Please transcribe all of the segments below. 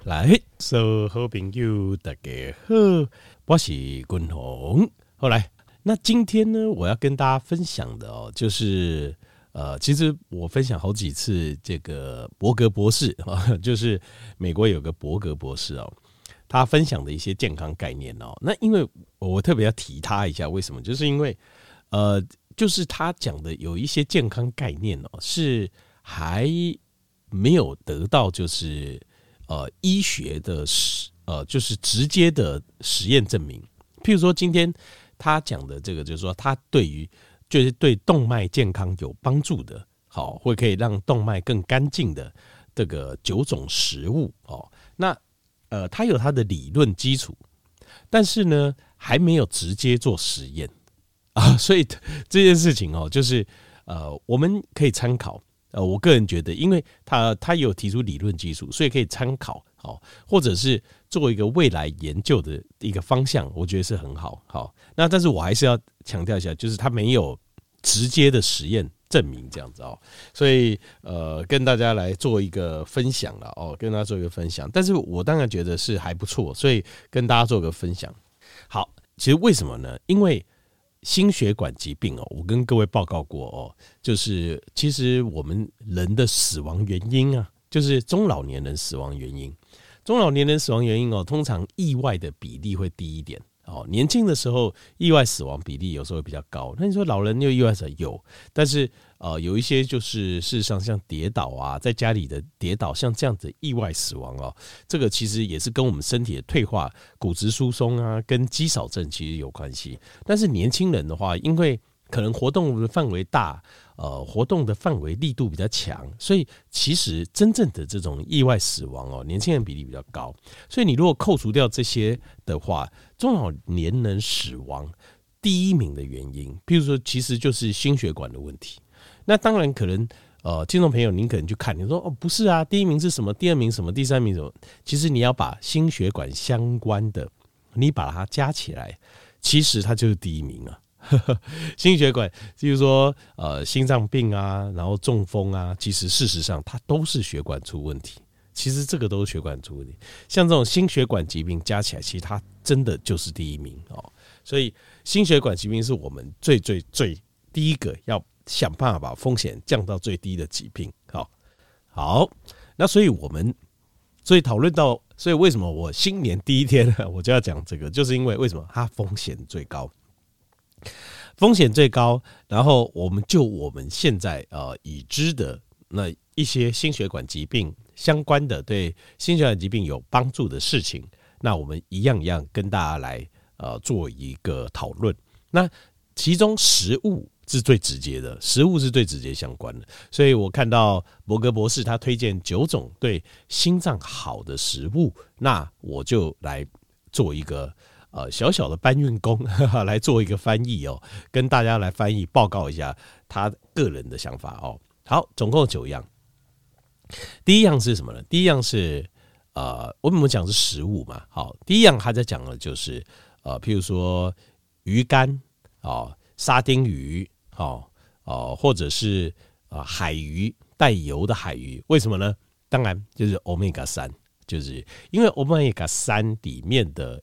来，所有好朋友大家好，我是君鸿。后来，那今天呢，我要跟大家分享的哦，就是其实我分享好几次这个伯格博士啊，就是美国有个伯格博士哦，他分享的一些健康概念哦。那因为我特别要提他一下，为什么？就是因为就是他讲的有一些健康概念哦，是还没有得到就是医学的就是直接的实验证明。譬如说今天他讲的这个，就是说他对于就是对动脉健康有帮助的，好，会可以让动脉更干净的这个9种食物哦。那他有他的理论基础，但是呢还没有直接做实验啊，所以这件事情哦，就是我们可以参考。我个人觉得，因为他有提出理论基础，所以可以参考，或者是做一个未来研究的一个方向，我觉得是很好。好，那但是我还是要强调一下，就是他没有直接的实验证明这样子哦，所以跟大家来做一个分享了哦，跟大家做一个分享。但是我当然觉得是还不错，所以跟大家做个分享。好，其实为什么呢？因为心血管疾病哦，我跟各位报告过哦，就是其实我们人的死亡原因啊，就是中老年人死亡原因。中老年人死亡原因哦，通常意外的比例会低一点哦。年轻的时候意外死亡比例有时候会比较高，那你说老人有意外死有，但是有一些就是事实上像跌倒啊，在家里的跌倒，像这样子意外死亡哦，这个其实也是跟我们身体的退化、骨质疏松啊，跟肌少症其实有关系。但是年轻人的话，因为可能活动的范围大，活动的范围力度比较强，所以其实真正的这种意外死亡哦，年轻人比例比较高。所以你如果扣除掉这些的话，中老年人死亡第一名的原因，譬如说其实就是心血管的问题。那当然可能听众朋友您可能去看，你说哦不是啊，第一名是什么，第二名什么，第三名什么，其实你要把心血管相关的你把它加起来，其实它就是第一名啊。心血管，比如说心脏病啊，然后中风啊，其实事实上它都是血管出问题。其实这个都是血管出问题，像这种心血管疾病加起来，其实它真的就是第一名哦。所以心血管疾病是我们最第一个要想办法把风险降到最低的疾病。好，那所以讨论到，所以为什么我新年第一天我就要讲这个，就是因为为什么它风险最高。风险最高，然后我们现在已知的那一些心血管疾病相关的对心血管疾病有帮助的事情，那我们一样跟大家来做一个讨论。那其中食物是最直接的，食物是最直接相关的，所以我看到伯格博士他推荐9种对心脏好的食物，那我就来做一个小小的搬运工来做一个翻译哦，跟大家来翻译报告一下他个人的想法哦。好，总共有9样。第一样是什么呢？第一样是我们讲是食物嘛。好，第一样他在讲的就是譬如说鱼干沙丁鱼或者是海鱼，带油的海鱼。为什么呢？当然就是 Omega 3，就是因为 Omega 3里面的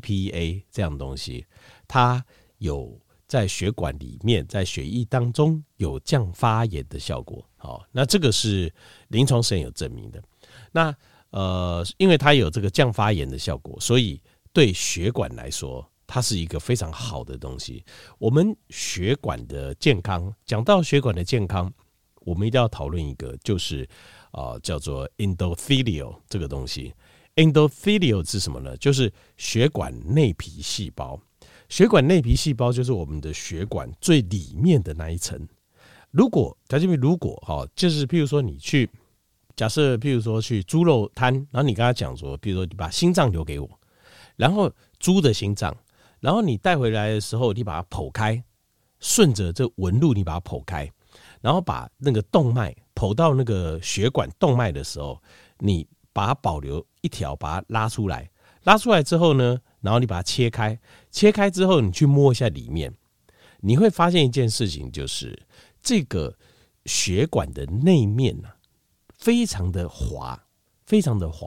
EPA 这样东西，它有在血管里面，在血液当中有降发炎的效果。好，那这个是临床实验有证明的。那因为它有这个降发炎的效果，所以对血管来说，它是一个非常好的东西。我们血管的健康，讲到血管的健康，我们一定要讨论一个，就是叫做 endothelial 这个东西。endothelial 是什么呢？就是血管内皮细胞。血管内皮细胞就是我们的血管最里面的那一层。如果就是譬如说你去假设譬如说去猪肉摊，然后你跟他讲说，譬如说你把心脏留给我，然后猪的心脏，然后你带回来的时候，你把它剖开，顺着这纹路你把它剖开，然后把那个动脉剖到那个血管动脉的时候，你把它保留一条，把它拉出来，拉出来之后呢，然后你把它切开，切开之后你去摸一下里面，你会发现一件事情，就是这个血管的内面非常的滑，非常的滑，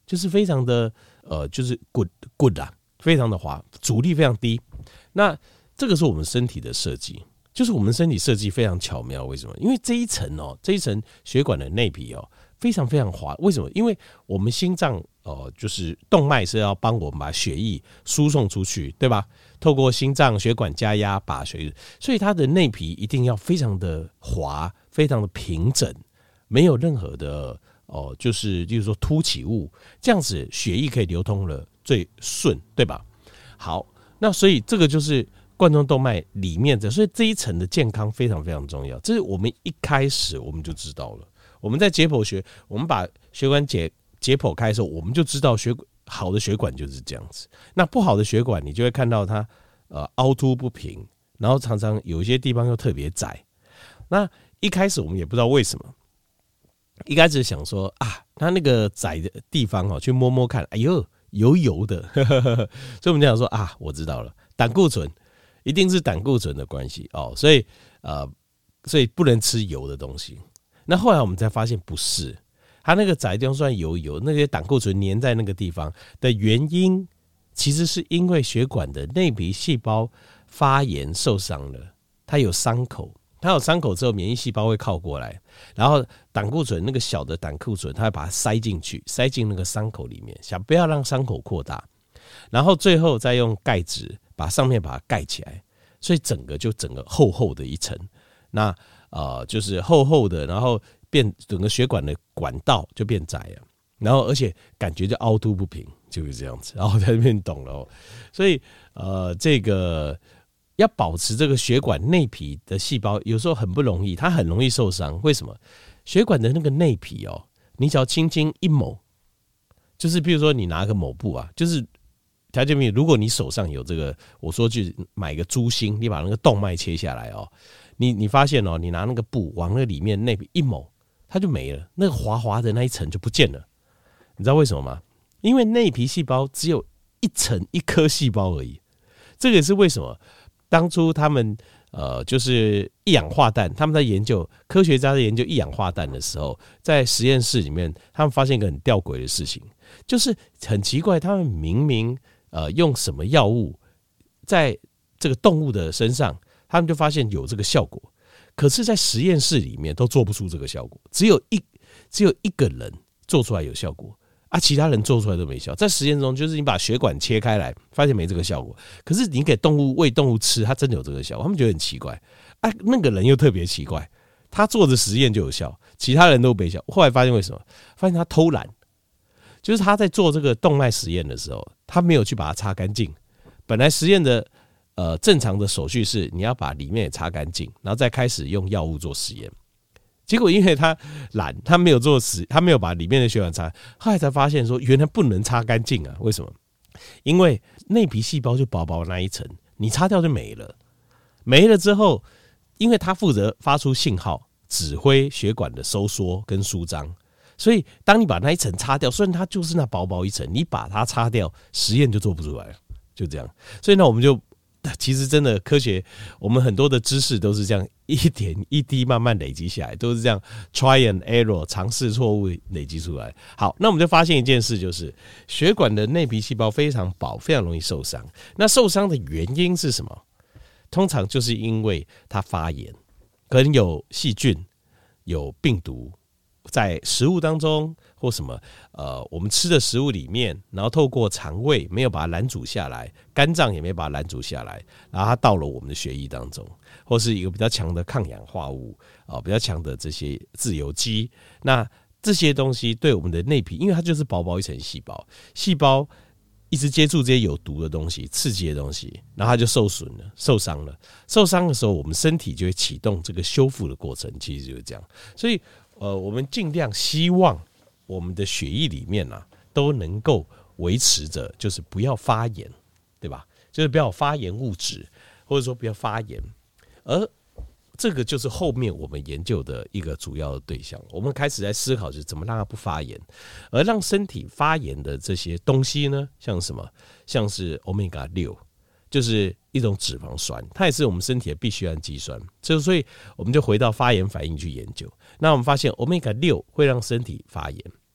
就是非常的就是 good 啊，非常的滑，阻力非常低。那这个是我们身体的设计，就是我们身体设计非常巧妙。为什么？因为这一层血管的内皮非常非常滑。为什么？因为我们心脏就是动脉是要帮我们把血液输送出去，对吧？透过心脏血管加压把血液，所以它的内皮一定要非常的滑，非常的平整，没有任何的就是例如说凸起物，这样子血液可以流通了最顺，对吧？好，那所以这个就是冠状动脉里面的，所以这一层的健康非常非常重要。这是我们一开始我们就知道了。我们在解剖学，我们把血管解剖开的时候，我们就知道好的血管就是这样子。那不好的血管，你就会看到它凹凸不平，然后常常有一些地方又特别窄。那一开始我们也不知道为什么，一开始想说它那个窄的地方去摸摸看，哎呦油油的，所以我们就想说我知道了，胆固醇一定是胆固醇的关系所以不能吃油的东西。那后来我们才发现不是，它那个窄的地方虽然油，那些胆固醇粘在那个地方的原因，其实是因为血管的内皮细胞发炎受伤了，它有伤口。它有伤口之后，免疫细胞会靠过来，然后胆固醇那个小的胆固醇，它会把它塞进去，塞进那个伤口里面，想不要让伤口扩大，然后最后再用钙质把上面把它盖起来，所以整个厚厚的一层。那就是厚厚的，然后整个血管的管道就变窄了，然后而且感觉就凹凸不平，就是这样子。然后在那边懂了所以这个要保持这个血管内皮的细胞，有时候很不容易，它很容易受伤。为什么？血管的那个内皮你只要轻轻一抹，就是比如说你拿个抹布就是条件如果你手上有这个，我说去买个猪心，你把那个动脉切下来你发现你拿那个布往那里面内皮一抹，它就没了，那个滑滑的那一层就不见了。你知道为什么吗？因为内皮细胞只有一颗细胞而已。这个也是为什么当初他们就是一氧化氮，他们在研究，科学家在研究一氧化氮的时候，在实验室里面，他们发现一个很吊诡的事情，就是很奇怪，他们明明用什么药物在这个动物的身上，他们就发现有这个效果，可是在实验室里面都做不出这个效果，只有一个人做出来有效果其他人做出来都没效。在实验中，就是你把血管切开来，发现没这个效果，可是你给喂动物吃，它真的有这个效果。他们觉得很奇怪那个人又特别奇怪，他做的实验就有效，其他人都没效。后来发现为什么？发现他偷懒，就是他在做这个动脉实验的时候，他没有去把它擦干净。本来实验的正常的手续是你要把里面也擦干净，然后再开始用药物做实验。结果因为他懒，他没有把里面的血管擦，后来才发现说原来不能擦干净为什么？因为内皮细胞就薄薄那一层，你擦掉就没了。没了之后，因为它负责发出信号，指挥血管的收缩跟舒张，所以当你把那一层擦掉，虽然它就是那薄薄一层，你把它擦掉，实验就做不出来了，就这样。所以呢，我们就其实真的科学，我们很多的知识都是这样一点一滴慢慢累积下来，都是这样 try and error 尝试错误累积出来。好，那我们就发现一件事，就是血管的内皮细胞非常薄，非常容易受伤。那受伤的原因是什么？通常就是因为它发炎，可能有细菌、有病毒在食物当中，或什么我们吃的食物里面，然后透过肠胃没有把它拦阻下来，肝脏也没有把它拦阻下来，然后它到了我们的血液当中，或是一个比较强的抗氧化物比较强的这些自由基，那这些东西对我们的内皮，因为它就是薄薄一层细胞，细胞一直接触这些有毒的东西、刺激的东西，然后它就受损了、受伤了。受伤的时候，我们身体就会启动这个修复的过程，其实就是这样。所以我们尽量希望我们的血液里面都能够维持着，就是不要发炎，对吧？就是不要有发炎物质，或者说不要发炎。而这个就是后面我们研究的一个主要的对象。我们开始在思考，就是怎么让它不发炎，而让身体发炎的这些东西呢，像什么？像是 Omega 6，就是一种脂肪酸，它也是我们身体的必需氨基酸。所以我们就回到发炎反应去研究。那我们发现 Omega 6会让身体发炎。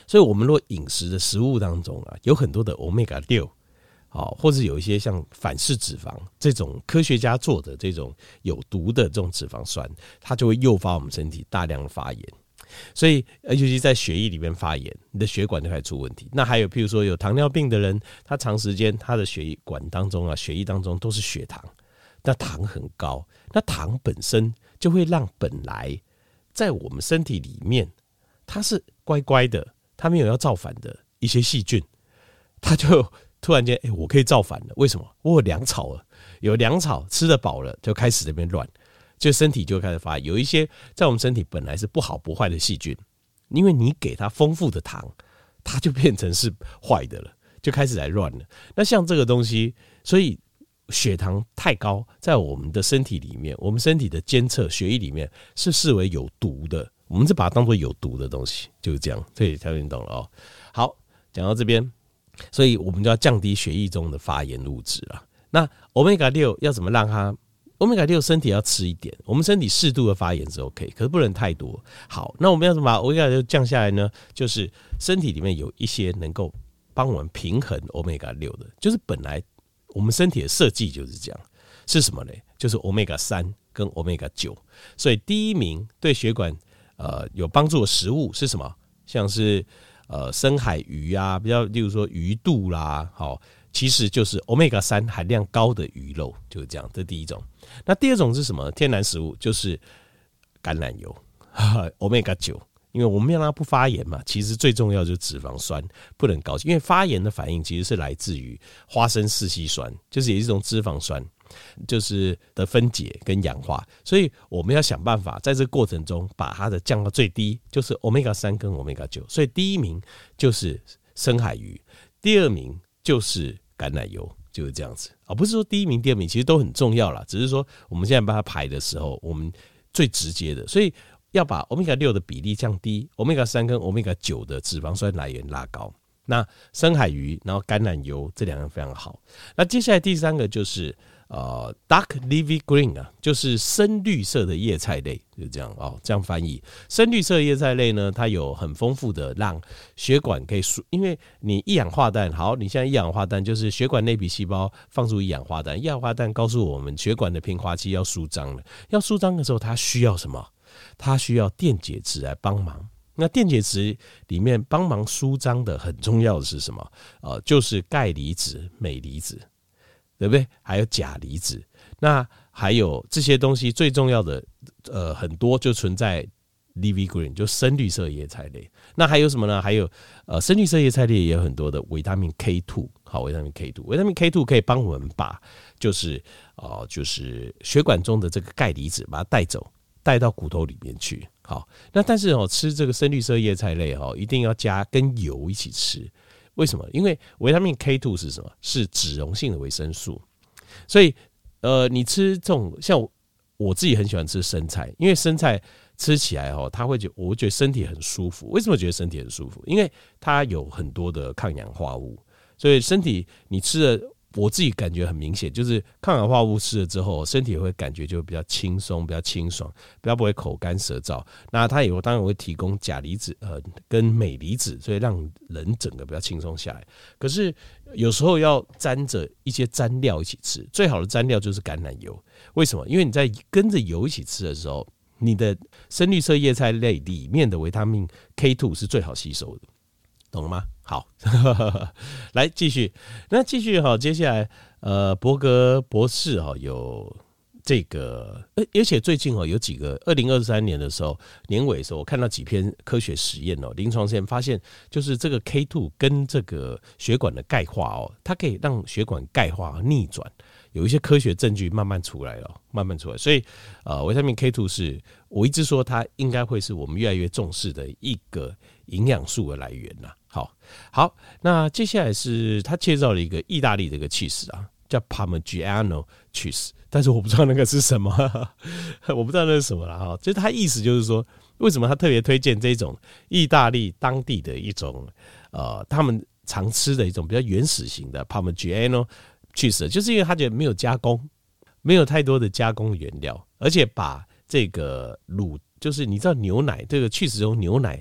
所以我们如果饮食的食物当中啊，有很多的 omega 6，或者有一些像反式脂肪这种科学家做的这种有毒的这种脂肪酸，它就会诱发我们身体大量的发炎。所以尤其在血液里面发炎，你的血管就开始出问题。那还有譬如说有糖尿病的人，他长时间他的血管当中啊，血液当中都是血糖，那糖很高，那糖本身就会让本来在我们身体里面它是乖乖的，它没有要造反的一些细菌，它就突然间我可以造反了。为什么？我有粮草了，有粮草吃得饱了，就开始这边乱，就身体就开始发炎。有一些在我们身体本来是不好不坏的细菌，因为你给它丰富的糖，它就变成是坏的了，就开始来乱了。那像这个东西，所以血糖太高，在我们的身体里面，我们身体的监测血液里面是视为有毒的，我们是把它当作有毒的东西，就是这样。所以才听懂了哦。好，讲到这边，所以我们就要降低血液中的发炎物质了。那 omega 6要怎么让它？omega 6身体要吃一点，我们身体适度的发炎是 OK， 可是不能太多。好，那我们要怎么把 omega 6降下来呢？就是身体里面有一些能够帮我们平衡 omega 6的，就是本来我们身体的设计就是这样。是什么呢？就是 omega 3跟 omega 9。所以第一名对血管有帮助的食物是什么？像是深海鱼啊，比较例如说鱼肚啦，好。其实就是 omega 3含量高的鱼肉，就是这样。这第一种。那第二种是什么？天然食物就是橄榄油，omega 9。因为我们要让它不发炎嘛，其实最重要就是脂肪酸不能高，因为发炎的反应其实是来自于花生四烯酸，就是也是一种脂肪酸，就是的分解跟氧化。所以我们要想办法在这个过程中把它的降到最低，就是 omega 3跟 omega 9。所以第一名就是深海鱼，第二名就是橄榄油，就是这样子啊，不是说第一名、第二名其实都很重要啦，只是说我们现在把它排的时候，我们最直接的，所以要把 omega 6的比例降低 ，omega 3跟 omega 9的脂肪酸来源拉高。那深海鱼，然后橄榄油这两样非常好。那接下来第三个就是dark leafy green 啊，就是深绿色的叶菜类，就这样哦，这样翻译。深绿色叶菜类呢，它有很丰富的让血管可以因为你一氧化氮，好，你现在一氧化氮就是血管内皮细胞放出一氧化氮，一氧化氮告诉我们血管的平滑肌要舒张了，要舒张的时候，它需要什么？它需要电解质来帮忙。那电解质里面帮忙舒张的很重要的是什么？就是钙离子、镁离子，对不对？还有钾离子。那还有这些东西最重要的，很多就存在 leafy green， 就深绿色叶菜类。那还有什么呢？还有深绿色叶菜类也有很多的维他命 K2， 好，维他命 K2， 维他命 K2 可以帮我们把就是血管中的这个钙离子把它带走。带到骨头里面去，好，那但是吃这个深绿色叶菜类一定要加跟油一起吃，为什么？因为维他命 K2 是什么？是脂溶性的维生素，所以你吃这种像我自己很喜欢吃生菜，因为生菜吃起来它会我会觉得身体很舒服。为什么觉得身体很舒服？因为它有很多的抗氧化物，所以身体你吃了。我自己感觉很明显，就是抗氧化物吃了之后，身体会感觉就比较轻松、比较清爽，比较不会口干舌燥。那它也当然会提供钾离子跟镁离子，所以让人整个比较轻松下来。可是有时候要沾着一些蘸料一起吃，最好的蘸料就是橄榄油。为什么？因为你在跟着油一起吃的时候，你的深绿色叶菜类里面的维他命 K2 是最好吸收的。懂了吗？好，来继续。那继续接下来伯格博士有这个，而且最近有几个2023年的时候年尾的时候，我看到几篇科学实验临床实验发现，就是这个 K2 跟这个血管的钙化它可以让血管钙化逆转。有一些科学证据慢慢出来了，所以维他命 K2 是我一直说它应该会是我们越来越重视的一个营养素的来源啦。好，那接下来是他介绍了一个意大利的一个 cheese 叫 Parmigiano cheese， 但是我不知道那个是什么，我不知道那是什么啦。就是他意思就是说，为什么他特别推荐这种意大利当地的一种他们常吃的一种比较原始型的 Parmigiano cheese， 就是因为他觉得没有加工，没有太多的加工原料，而且把这个就是你知道牛奶这个cheese中牛奶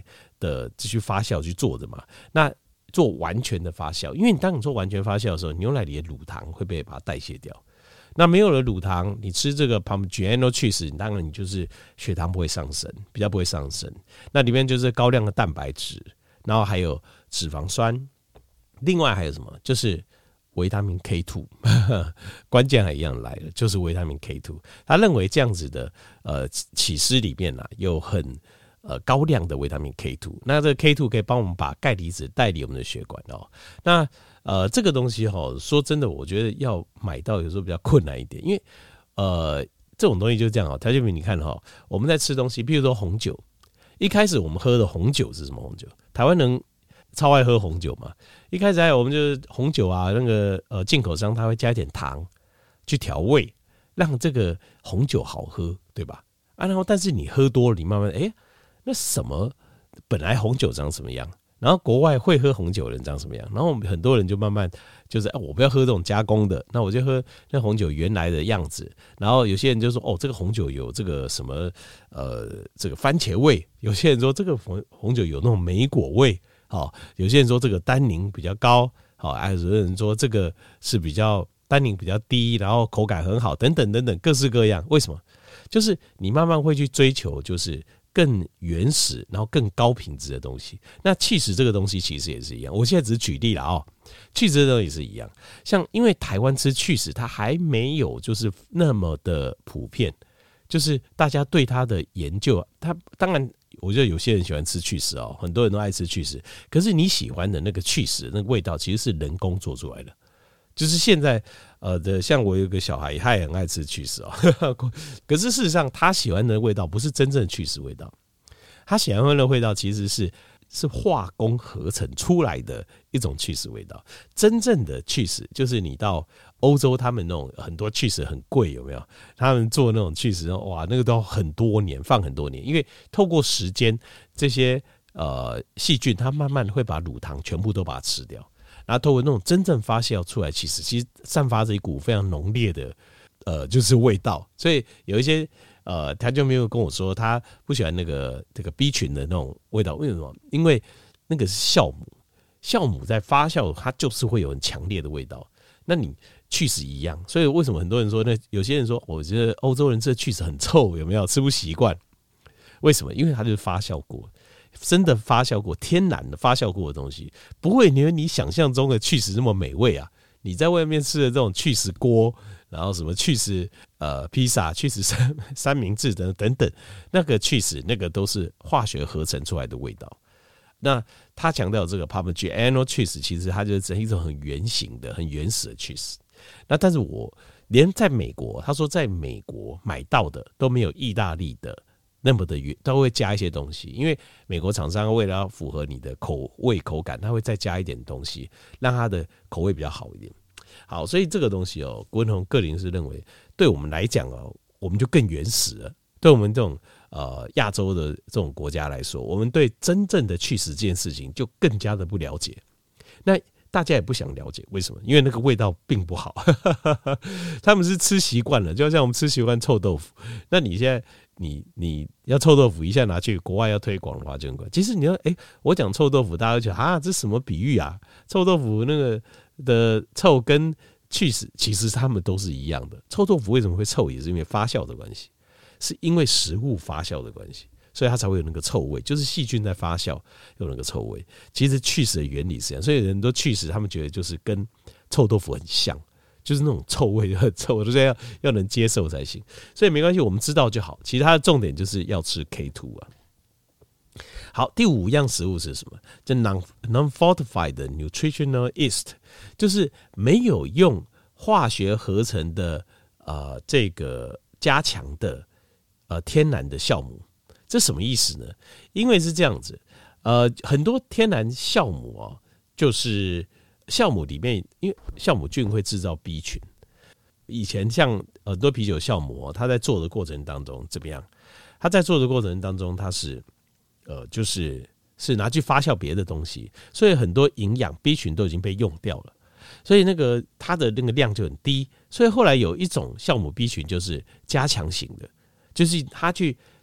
的继续发酵去做的嘛。那做完全的发酵，因为当你做完全发酵的时候，牛奶里的乳糖会被把它代谢掉。那没有了乳糖，你吃这个 Parmigiano cheese， 当然你就是血糖不会上升，比较不会上升。那里面就是高量的蛋白质，然后还有脂肪酸，另外还有什么？就是维他命 K2， 关键还一样来了，就是维他命 K2。他认为这样子的起司里面有很高量的维他命 K2， 那这个 K2 可以帮我们把钙离子带离我们的血管哦。那这个东西说真的，我觉得要买到有时候比较困难一点，因为这种东西就是这样哦。条件比你看我们在吃东西，譬如说红酒，一开始我们喝的红酒是什么红酒？台湾人超爱喝红酒嘛。一开始我们就是红酒啊，那个进口商他会加一点糖去调味，让这个红酒好喝，对吧？然后但是你喝多了，你慢慢那什么本来红酒长什么样？然后国外会喝红酒的人长什么样？然后很多人就慢慢就是我不要喝这种加工的，那我就喝那红酒原来的样子。然后有些人就说这个红酒有这个什么这个番茄味，有些人说这个红酒有那种莓果味。有些人说这个单宁比较高，有些人说这个是比较单宁比较低，然后口感很好，等等等等，各式各样。为什么？就是你慢慢会去追求，就是更原始，然后更高品质的东西。那起司这个东西其实也是一样，我现在只是举例了起司这个东西也是一样。像因为台湾吃起司，它还没有就是那么的普遍，就是大家对它的研究，它当然。我觉得有些人喜欢吃起司很多人都爱吃起司，可是你喜欢的那个起司那个味道其实是人工做出来的。就是现在像我有个小孩，他也很爱吃起司可是事实上他喜欢的味道不是真正的起司味道，他喜欢的味道其实是化工合成出来的一种起司味道。真正的起司就是你到欧洲，他们那种很多起司很贵，有没有？他们做那种起司，哇，那个都很多年，放很多年，因为透过时间，这些细菌它慢慢会把乳糖全部都把它吃掉，然后透过那种真正发酵出来，其实散发着一股非常浓烈的就是味道。所以有一些他就没有跟我说他不喜欢这个 B 群的那种味道，为什么？因为那个是酵母，酵母在发酵，它就是会有很强烈的味道。那你起司一样，所以为什么很多人说，那有些人说，我觉得欧洲人吃起司很臭，有没有？吃不习惯？为什么？因为它就是发酵过，真的发酵过，天然的发酵过的东西，不会你想象中的起司那么美味啊！你在外面吃的这种起司锅，然后什么起司披萨、起司三明治等等，那个起司那个都是化学合成出来的味道。那他强调这个 Parmigiano cheese， 其实它就是一种很圆形的、很原始的 cheese。那但是我连在美国，他说在美国买到的都没有意大利的那么的圆，都会加一些东西，因为美国厂商为了要符合你的口味口感，他会再加一点东西，让它的口味比较好一点。好，所以这个东西郭文宏个人是认为，对我们来讲我们就更原始了。对我们这种亚洲的这种国家来说，我们对真正的起司这件事情就更加的不了解。那大家也不想了解，为什么？因为那个味道并不好，他们是吃习惯了，就像我们吃习惯臭豆腐。那你现在你要臭豆腐一下拿去国外要推广的话就很怪。其实你要我讲臭豆腐，大家就觉得这什么比喻啊？臭豆腐那个的臭跟起司其实他们都是一样的。臭豆腐为什么会臭，也是因为发酵的关系。是因为食物发酵的关系，所以它才会有那个臭味，就是细菌在发酵有那个臭味。其实起司的原理是这样，所以人都起司他们觉得就是跟臭豆腐很像，就是那种臭味很臭，我都要能接受才行。所以没关系，我们知道就好。其实它的重点就是要吃 K2 啊。好，第五样食物是什么？叫 non-fortified nutritional yeast， 就是没有用化学合成的这个加强的天然的酵母。这什么意思呢？因为是这样子，很多天然酵母就是酵母里面，因为酵母菌会制造 B 群。以前像很多啤酒酵母它在做的过程当中怎么样？它在做的过程当中，它是就是拿去发酵别的东西，所以很多营养 B 群都已经被用掉了，所以它的那个量就很低。所以后来有一种酵母 B 群就是加强型的，就是它去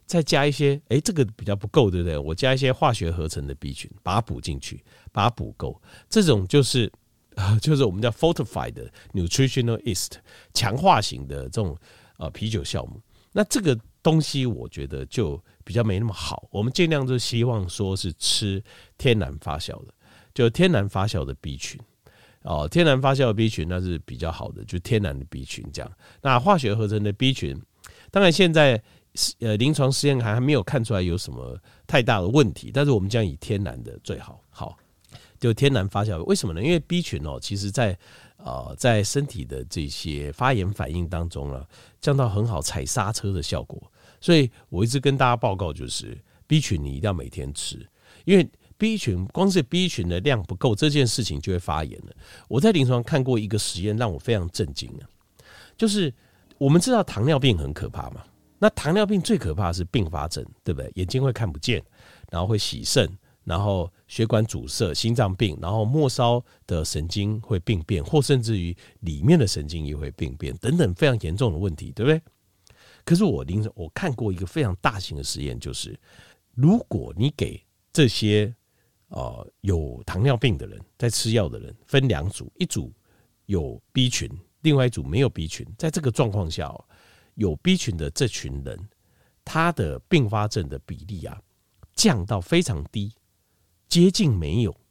再加一些，这个比较不够，对不对？我加一些化学合成的 B 群，把它补进去，把它补够，这种就是我们叫 fortified nutritional yeast 强化型的这种啤酒酵母。那这个东西我觉得就比较没那么好，我们尽量就希望说是吃天然发酵的，就天然发酵的 B 群。天然发酵的 B 群那是比较好的，就天然的 B 群这样。那化学合成的 B 群，当然现在临床实验还没有看出来有什么太大的问题，但是我们将以天然的最好。好，就天然发酵，为什么呢？因为 B 群其实在身体的这些发炎反应当中呢，降到很好踩刹车的效果。所以我一直跟大家报告，就是 B 群你一定要每天吃，因为 B 群光是 B 群的量不够，这件事情就会发炎了。我在临床看过一个实验，让我非常震惊就是我们知道糖尿病很可怕嘛，那糖尿病最可怕的是并发症，对不对？眼睛会看不见，然后会洗肾，然后血管阻塞、心脏病，然后末梢的神经会病变，或甚至于里面的神经也会病变，等等非常严重的问题，对不对？可是我看过一个非常大型的实验，就是如果你给这些有糖尿病的人在吃药的人分两组，一组有 B 群，另外一组没有 B 群。在这个状况下，有 B 群的这群人，他的并发症的比例降到非常低，接近没有。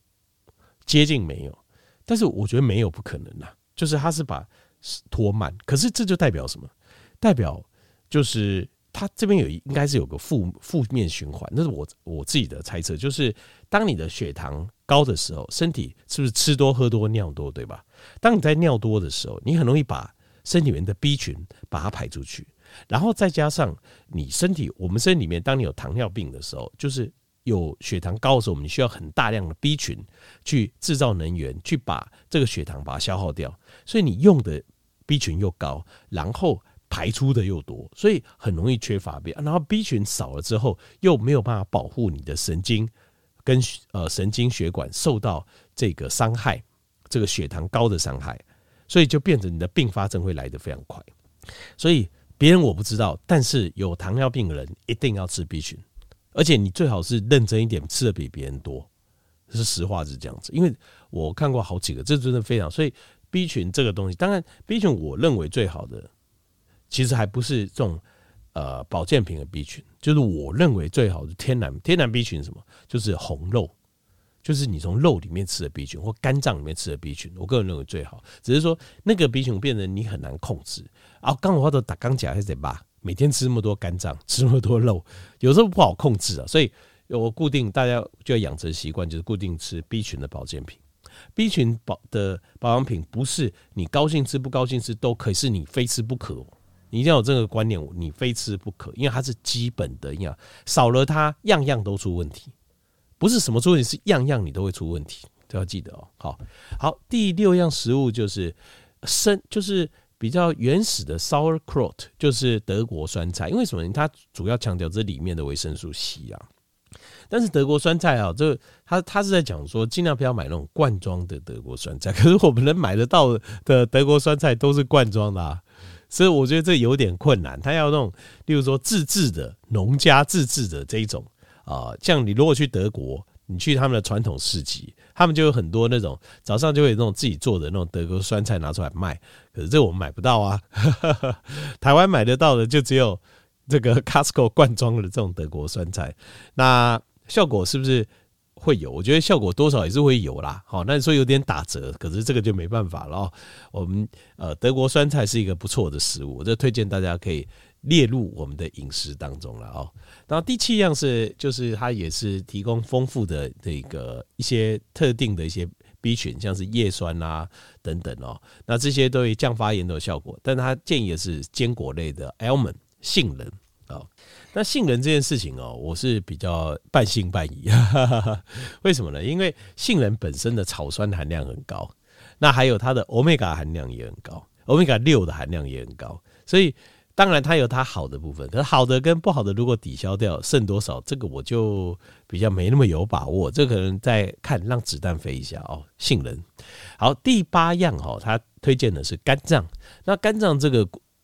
但是我觉得没有不可能啦，就是他是把拖慢。可是这就代表什么？代表就是它这边应该是有个负面循环，那是我自己的猜测，就是当你的血糖高的时候，身体是不是吃多喝多尿多，对吧？当你在尿多的时候，你很容易把身体里面的 B 群把它排出去，然后再加上我们身体里面，当你有糖尿病的时候，就是有血糖高的时候，我们需要很大量的 B 群去制造能源，去把这个血糖把它消耗掉，所以你用的 B 群又高，然后排出的又多，所以很容易缺乏 B。然后 B 群少了之后，又没有办法保护你的神经跟神经血管受到这个伤害，这个血糖高的伤害，所以就变成你的并发症会来得非常快。所以别人我不知道，但是有糖尿病的人一定要吃 B 群，而且你最好是认真一点，吃的比别人多，是实话是这样子。因为我看过好几个，这真的非常。所以 B 群这个东西，当然 B 群我认为最好的。其实还不是这种保健品的 B 群，就是我认为最好的天然 B 群是什么？就是红肉，就是你从肉里面吃的 B 群或肝脏里面吃的 B 群，我个人认为最好。只是说那个 B 群变成你很难控制刚好都打钢甲还是得吧，每天吃那么多肝脏，吃那么多肉，有时候不好控制所以我固定大家就要养成习惯，就是固定吃 B 群的保健品。B 群的保养品不是你高兴吃不高兴吃都可以，是你非吃不可你一定要有这个观念，你非吃不可，因为它是基本的营养，少了它样样都出问题，不是什么出问题，是样样你都会出问题，都要记得好，第6样食物就是比较原始的 sauerkraut， 就是德国酸菜。因为什么？它主要强调这里面的维生素 C 但是德国酸菜他是在讲说尽量不要买那种罐装的德国酸菜，可是我们能买得到的德国酸菜都是罐装的所以我觉得这有点困难，他要那种例如说自制的农家自制的这一种像你如果去德国，你去他们的传统市集，他们就有很多那种早上就会有那种自己做的那种德国酸菜拿出来卖，可是这我们买不到台湾买得到的就只有这个 Costco 罐装的这种德国酸菜，那效果是不是会有？我觉得效果多少也是会有啦。那你说有点打折，可是这个就没办法了我们德国酸菜是一个不错的食物，我推荐大家可以列入我们的饮食当中了然后第7样就是它也是提供丰富的这个一些特定的一些 B 群，像是叶酸等等那这些都会降发炎的效果，但他建议的是坚果类的 almond 杏仁那杏仁这件事情我是比较半信半疑为什么呢？因为杏仁本身的草酸含量很高，那还有它的 omega 含量也很高， omega 6的含量也很高，所以当然它有它好的部分，可是好的跟不好的如果抵消掉剩多少，这个我就比较没那么有把握，这可能再看，让子弹飞一下杏仁。好，第8样他推荐的是肝脏。那肝脏这个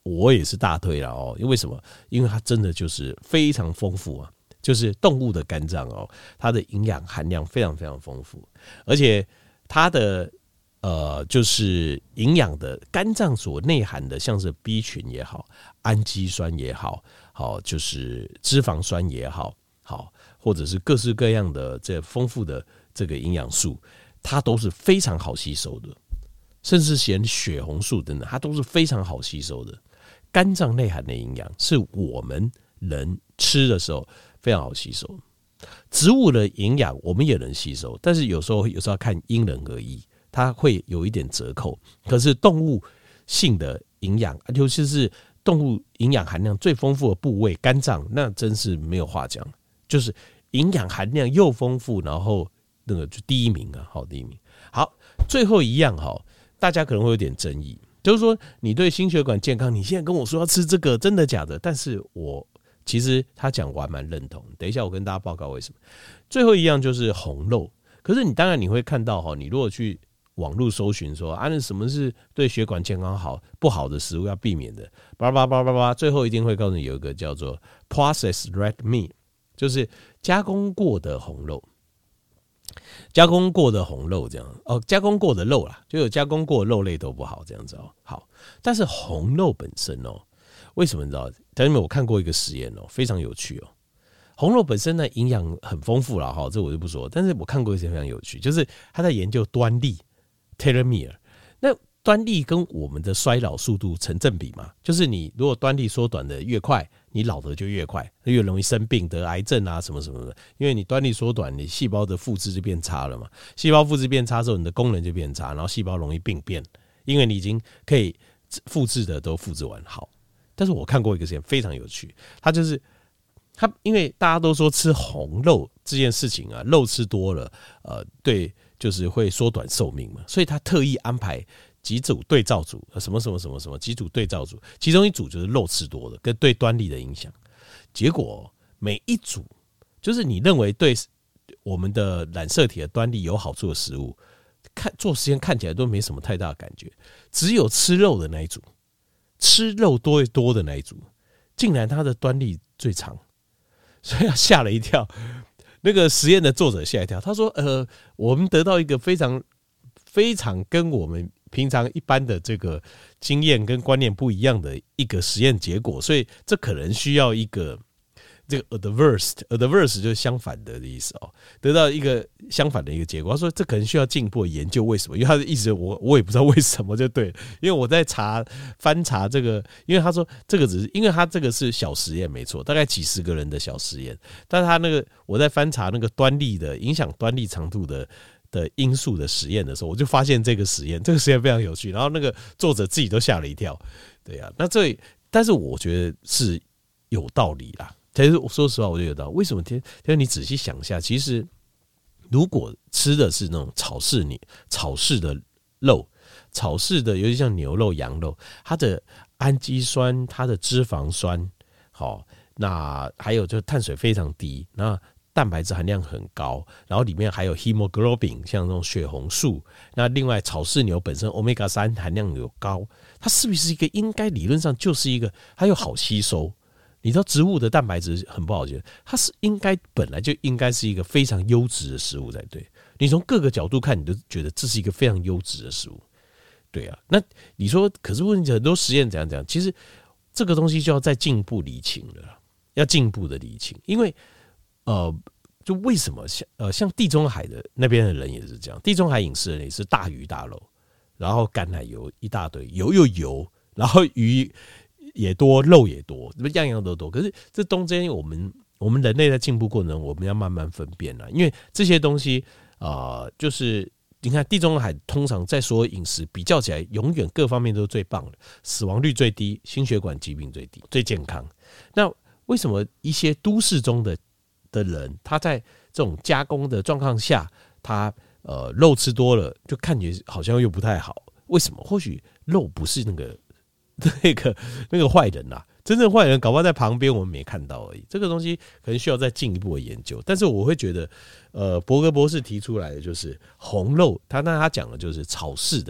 我也是大推了哦。因为什么？因为它真的就是非常丰富啊，就是动物的肝脏哦，它的营养含量非常非常丰富，而且它的就是营养的肝脏所内含的，像是 B 群也好，氨基酸也好，好就是脂肪酸也好，好或者是各式各样的这丰富的这个营养素，它都是非常好吸收的，甚至连血红素等等，它都是非常好吸收的。肝脏内含的营养是我们人吃的时候非常好吸收。植物的营养我们也能吸收，但是有时候要看因人而异，它会有一点折扣。可是动物性的营养，尤其是动物营养含量最丰富的部位肝脏，那真是没有话讲，就是营养含量又丰富，然后那个就第一名啊，好，第一名。好，最后一样哈，大家可能会有点争议，就是说你对心血管健康，你现在跟我说要吃这个，真的假的？但是我其实他讲我还蛮认同。等一下我跟大家报告为什么。最后一样就是红肉，可是你当然你会看到哈，你如果去网络搜寻说那什么是对血管健康好不好的食物要避免的，叭叭叭叭叭，最后一定会告诉你有一个叫做 processed red meat， 就是加工过的红肉。加工过的红肉这样加工过的肉啦，就有加工过的肉类都不好这样子好，但是红肉本身为什么你知道？因为我看过一个实验非常有趣红肉本身呢营养很丰富啦这我就不说，但是我看过一些非常有趣，就是他在研究端粒 telomere。那端粒跟我们的衰老速度成正比嘛，就是你如果端粒缩短的越快，你老的就越快，越容易生病得癌症啊什么什么的，因为你端粒缩短，你细胞的复制就变差了嘛，细胞复制变差之后，你的功能就变差，然后细胞容易病变，因为你已经可以复制的都复制完好。但是我看过一个实验非常有趣，它因为大家都说吃红肉这件事情啊，肉吃多了对，就是会缩短寿命嘛，所以他特意安排几组对照组，什么什么什么什么几组对照组，其中一组就是肉吃多的跟对端粒的影响。结果每一组就是你认为对我们的染色体的端粒有好处的食物，做实验看起来都没什么太大的感觉，只有吃肉的那一组，吃肉多的那一组，竟然它的端粒最长，所以他吓了一跳。那个实验的作者吓一跳，他说我们得到一个非常非常跟我们平常一般的这个经验跟观念不一样的一个实验结果，所以这可能需要一个这个 adverse 就是相反的意思得到一个相反的一个结果。他说这可能需要进一步的研究，为什么？因为他的意思我也不知道为什么就对了，因为我在翻查这个，因为他说这个只是因为他这个是小实验没错，大概几十个人的小实验，但是他那个我在翻查那个端粒的影响端粒长度的因素的实验的时候，我就发现这个实验非常有趣，然后那个作者自己都吓了一跳。对啊，但是我觉得是有道理啦。其实说实话，我就有道理。为什么？你仔细想一下，其实如果吃的是那种草饲的肉，草饲的，尤其像牛肉、羊肉，它的氨基酸、它的脂肪酸，好，那还有就是碳水非常低，那蛋白质含量很高，然后里面还有 hemoglobin， 像那种血红素。那另外草饲牛本身 omega 3含量有高，它是不是一个应该理论上就是一个它又好吸收？你知道植物的蛋白质很不好吸收，它是本来就应该是一个非常优质的食物才对。你从各个角度看，你都觉得这是一个非常优质的食物。对啊，那你说，可是问题很多实验怎样？其实这个东西就要再进一步厘清了，要进一步的厘清，因为就为什么像地中海的那边的人也是这样，地中海饮食的人也是大鱼大肉，然后橄榄油一大堆，油，然后鱼也多，肉也多，样样都多。可是这中间我们人类在进步过程中，我们要慢慢分辨了，因为这些东西就是你看地中海通常在所有饮食比较起来，永远各方面都是最棒的，死亡率最低，心血管疾病最低，最健康。那为什么一些都市中的人，他在这种加工的状况下，他肉吃多了，就感觉好像又不太好？为什么？或许肉不是那个坏人啊，真正坏人搞不好在旁边我们没看到而已。这个东西可能需要再进一步的研究。但是我会觉得，伯格博士提出来的就是红肉，他讲的就是草饲的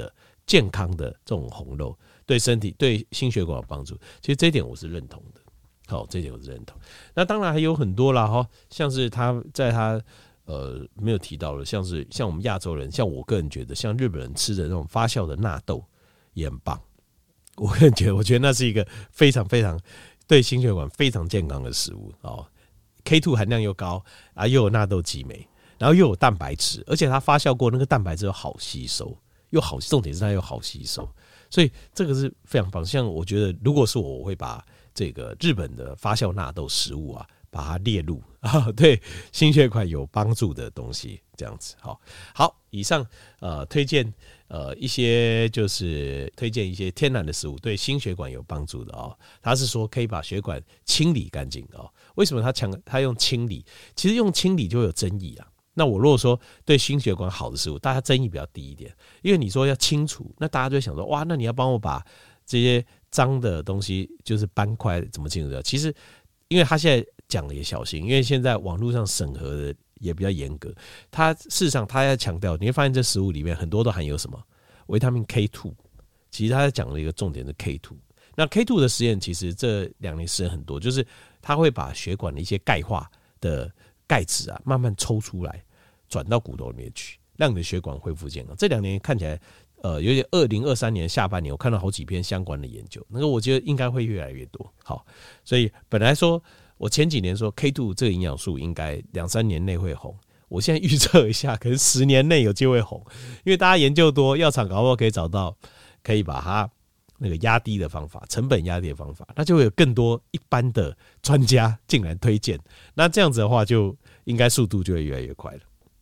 健康的这种红肉，对身体对心血管有帮助。其实这一点我是认同的。好，这一点我是认同。那当然还有很多啦哈，像是他在他没有提到的，像我们亚洲人，像我个人觉得，像日本人吃的那种发酵的纳豆也很棒。我个人觉得，我觉得那是一个非常非常对心血管非常健康的食物哦。K2 含量又高啊，又有纳豆激酶，然后又有蛋白质，而且它发酵过，那个蛋白质又好吸收，重点是它又好吸收，所以这个是非常棒。像我觉得，如果是我会把这个日本的发酵纳豆食物啊，把它列入对心血管有帮助的东西，这样子。好，以上推荐一些就是推荐一些天然的食物，对心血管有帮助的哦。他是说可以把血管清理干净哦。为什么他用清理？其实用清理就会有争议啊。那我如果说对心血管好的食物，大家争议比较低一点，因为你说要清除，那大家就会想说，哇，那你要帮我把这些脏的东西，就是斑块怎么清除掉？其实，因为他现在讲的也小心，因为现在网络上审核的也比较严格。他事实上他要强调，你会发现这食物里面很多都含有什么维他命 K2。其实他在讲的一个重点是 K2。那 K2 的实验其实这2年实验很多，就是他会把血管的一些钙化的钙质啊，慢慢抽出来，转到骨头里面去，让你的血管恢复健康。这2年看起来，有点2023年下半年，我看到好几篇相关的研究，那个我觉得应该会越来越多。好，所以本来说我前几年说 K2 这个营养素应该2-3年内会红，我现在预测一下，可能10年内有机会红，因为大家研究多，药厂搞不好可以找到可以把它那个压低的方法，成本压低的方法，那就会有更多一般的专家进来推荐，那这样子的话，就应该速度就会越来越快了。